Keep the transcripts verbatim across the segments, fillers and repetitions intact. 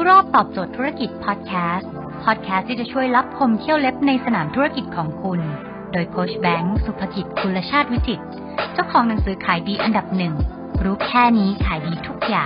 รอบตอบโจทย์ธุรกิจพอดแคสต์พอดแคสต์ที่จะช่วยลับคมเที่ยวเล็บในสนามธุรกิจของคุณโดยโค้ชแบงค์สุภกิจกุลชาติวิจิตรเจ้าของหนังสือขายดีอันดับหนึ่งรู้แค่นี้ขายดีทุกอย่าง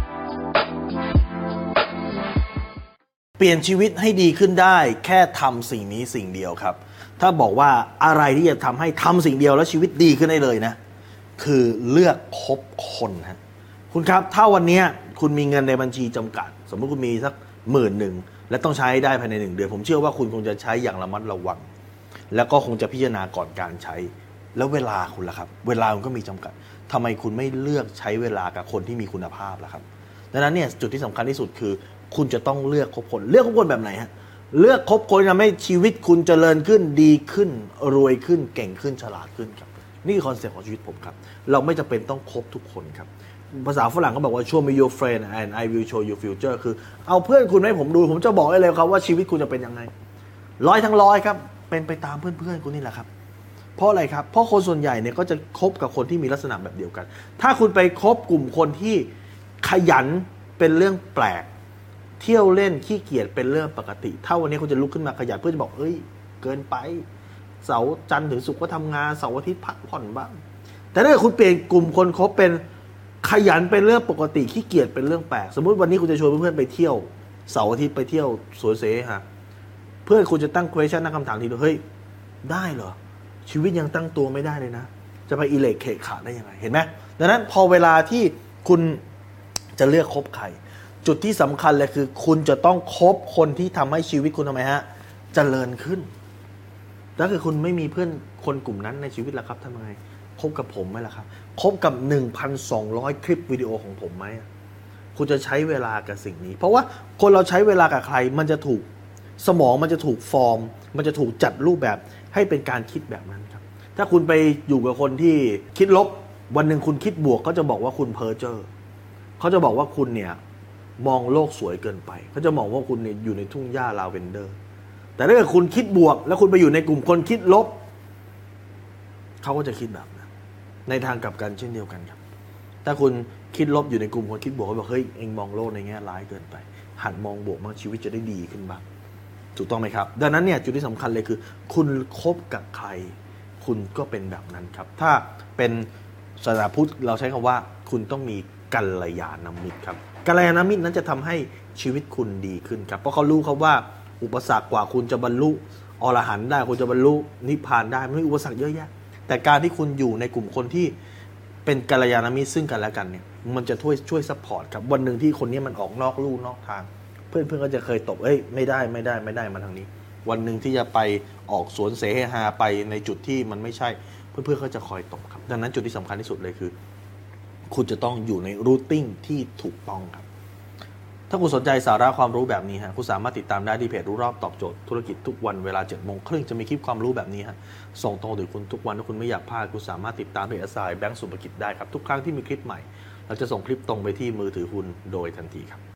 เปลี่ยนชีวิตให้ดีขึ้นได้แค่ทำสิ่งนี้สิ่งเดียวครับถ้าบอกว่าอะไรที่จะทำให้ทำสิ่งเดียวแล้วชีวิตดีขึ้นได้เลยนะคือเลือกคบคนฮะคุณครับถ้าวันนี้คุณมีเงินในบัญชีจำกัดสมมติคุณมีสักหมื่นหนึ่งและต้องใช้ได้ภายในหนึ่งเดือนผมเชื่อว่าคุณคงจะใช้อย่างระมัดระวังแล้วก็คงจะพิจารณาก่อนการใช้แล้วเวลาคุณล่ะครับเวลาคุณก็มีจำกัดทำไมคุณไม่เลือกใช้เวลากับคนที่มีคุณภาพล่ะครับดังนั้นเนี่ยจุดที่สำคัญที่สุดคือคุณจะต้องเลือกคบคนเลือกคบคนแบบไหนฮะเลือกคบคนทำให้ชีวิตคุณเจริญขึ้นดีขึ้นรวยขึ้นเก่งขึ้นฉลาดขึ้นครับนี่คือคอนเซ็ปต์ของชีวิตผมครับเราไม่จำเป็นต้องคบทุกคนครับภาษาฝรั่งเขาบอกว่า show me your friend and I will show you future คือเอาเพื่อนคุณให้ผมดูผมจะบอกได้เลยครับว่าชีวิตคุณจะเป็นยังไงร้อยทั้งร้อยครับเป็นไปตามเพื่อนๆคุณนี่แหละครับเพราะอะไรครับเพราะคนส่วนใหญ่เนี่ยก็จะคบกับคนที่มีลักษณะแบบเดียวกันถ้าคุณไปคบกลุ่มคนที่ขยันเป็นเรื่องแปลกเที่ยวเล่นขี้เกียจเป็นเรื่องปกติถ้าวันนี้คุณจะลุกขึ้นมาขยันเพื่อจะบอกเอ้ยเกินไปเสาร์จันทร์ถึงศุกร์ก็ทำงานเสาร์อาทิตย์พักผ่อนบ้างแต่ถ้าคุณเปลี่ยนกลุ่มคนคบเป็นขยันเป็นเรื่องปกติขี้เกียจเป็นเรื่องแปลกสมมุติวันนี้คุณจะชวนเพื่อนๆไปเที่ยวเสาร์อาทิตย์ไปเที่ยวสวนเสฮะเพื่อนคุณจะตั้ง question ตั้งคำถามทีเดียวเฮ้ยได้เหรอชีวิตยังตั้งตัวไม่ได้เลยนะจะไปอิเล็กเคขาได้ยังไงเห็นไหมดังนั้นพอเวลาที่คุณจะเลือกคบใครจุดที่สำคัญเลยคือคุณจะต้องคบคนที่ทำให้ชีวิตคุณทำไมฮะเจริญขึ้นแล้วคือคุณไม่มีเพื่อนคนกลุ่มนั้นในชีวิตล่ะครับทำไงคบกับผมไหมล่ะครับคบกับ หนึ่งพันสองร้อย คลิปวิดีโอของผมไหมคุณจะใช้เวลากับสิ่งนี้เพราะว่าคนเราใช้เวลากับใครมันจะถูกสมองมันจะถูกฟอร์มมันจะถูกจัดรูปแบบให้เป็นการคิดแบบนั้นครับถ้าคุณไปอยู่กับคนที่คิดลบวันหนึ่งคุณคิดบวกเขาจะบอกว่าคุณเพ้อเจ้อเขาจะบอกว่าคุณเนี่ยมองโลกสวยเกินไปเขาจะมองว่าคุณเนี่ยอยู่ในทุ่งหญ้าลาเวนเดอร์แต่ถ้าเกิดคุณคิดบวกแล้วคุณไปอยู่ในกลุ่มคนคิดลบเขาก็จะคิดแบบนั้นในทางกลับกันเช่นเดียวกันครับถ้าคุณคิดลบอยู่ในกลุ่มคนคิดบวกเขาบอกเฮ้ยเอ็งมองโลกในแง่ร้ายเกินไปหันมองบวกมากชีวิตจะได้ดีขึ้นบ้างถูกต้องไหมครับดังนั้นเนี่ยจุดที่สำคัญเลยคือคุณคบกับใครคุณก็เป็นแบบนั้นครับถ้าเป็นศาสนาพุทธเราใช้คำว่าคุณต้องมีกัลยาณมิตรครับกัลยาณมิตรนั้นจะทำให้ชีวิตคุณดีขึ้นครับเพราะเขารู้ครับว่าอุปสรรคกว่าคุณจะบรรลุอรหันต์ได้คุณจะบรรลุนิพพานได้มันมีอุปสรรคเยอะแยะแต่การที่คุณอยู่ในกลุ่มคนที่เป็นกัลยาณมิตรซึ่งกันและกันเนี่ยมันจะช่วยช่วยซัพพอร์ตครับวันหนึ่งที่คนนี้มันออกนอกลู่นอกทางเพื่อนเพื่อนก็จะเคยตบเอ้ยไม่ได้ไม่ได้ไม่ได้มาทางนี้วันหนึ่งที่จะไปออกสวนเสเฮฮาไปในจุดที่มันไม่ใช่เพื่อนเพื่อนก็จะคอยตบครับดังนั้นจุดที่สำคัญที่สุดเลยคือคุณจะต้องอยู่ในรูทติ้งที่ถูกต้องครับถ้าคุณสนใจสาระความรู้แบบนี้ฮะคุณสามารถติดตามได้ที่เพจรู้รอบตอบโจทย์ธุรกิจทุกวันเวลา เจ็ดโมงครึ่งจะมีคลิปความรู้แบบนี้ฮะส่งตรงถึงคุณทุกวันถ้าคุณไม่อยากพลาดคุณสามารถติดตามเพจ สาย แบงค์สุภกิจได้ครับทุกครั้งที่มีคลิปใหม่เราจะส่งคลิปตรงไปที่มือถือคุณโดยทันทีครับ